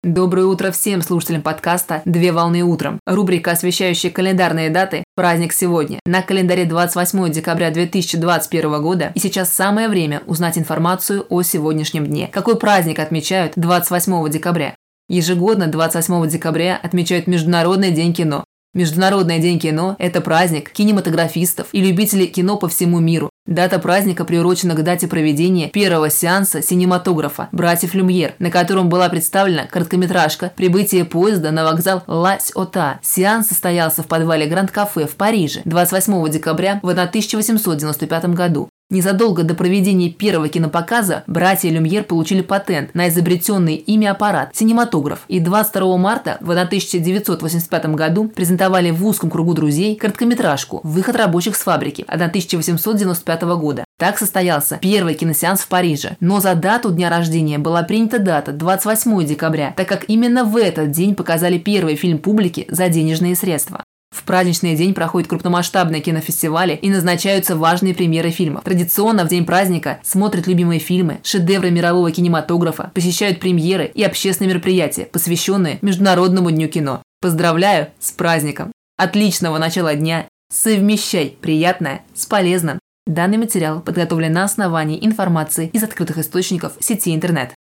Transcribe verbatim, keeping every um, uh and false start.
Доброе утро всем слушателям подкаста «Две волны утром». Рубрика, освещающая календарные даты. Праздник сегодня. На календаре двадцать восьмое декабря две тысячи двадцать первого года. И сейчас самое время узнать информацию о сегодняшнем дне. Какой праздник отмечают двадцать восьмого декабря? Ежегодно двадцать восьмого декабря отмечают Международный день кино. Международный день кино – это праздник кинематографистов и любителей кино по всему миру. Дата праздника приурочена к дате проведения первого сеанса синематографа «Братьев Люмьер», на котором была представлена короткометражка «Прибытие поезда на вокзал Ла-Сьота». Сеанс состоялся в подвале Гранд-Кафе в Париже двадцать восьмого декабря в тысяча восемьсот девяносто пятом году. Незадолго до проведения первого кинопоказа братья Люмьер получили патент на изобретенный ими аппарат – синематограф, и двадцать второго марта в тысяча девятьсот восемьдесят пятом году презентовали в узком кругу друзей короткометражку «Выход рабочих с фабрики» тысяча восемьсот девяносто пятого года. Так состоялся первый киносеанс в Париже. Но за дату дня рождения была принята дата двадцать восьмого декабря, так как именно в этот день показали первый фильм публике за денежные средства. В праздничный день проходят крупномасштабные кинофестивали и назначаются важные премьеры фильмов. Традиционно в день праздника смотрят любимые фильмы, шедевры мирового кинематографа, посещают премьеры и общественные мероприятия, посвященные Международному дню кино. Поздравляю с праздником! Отличного начала дня! Совмещай приятное с полезным! Данный материал подготовлен на основании информации из открытых источников сети интернет.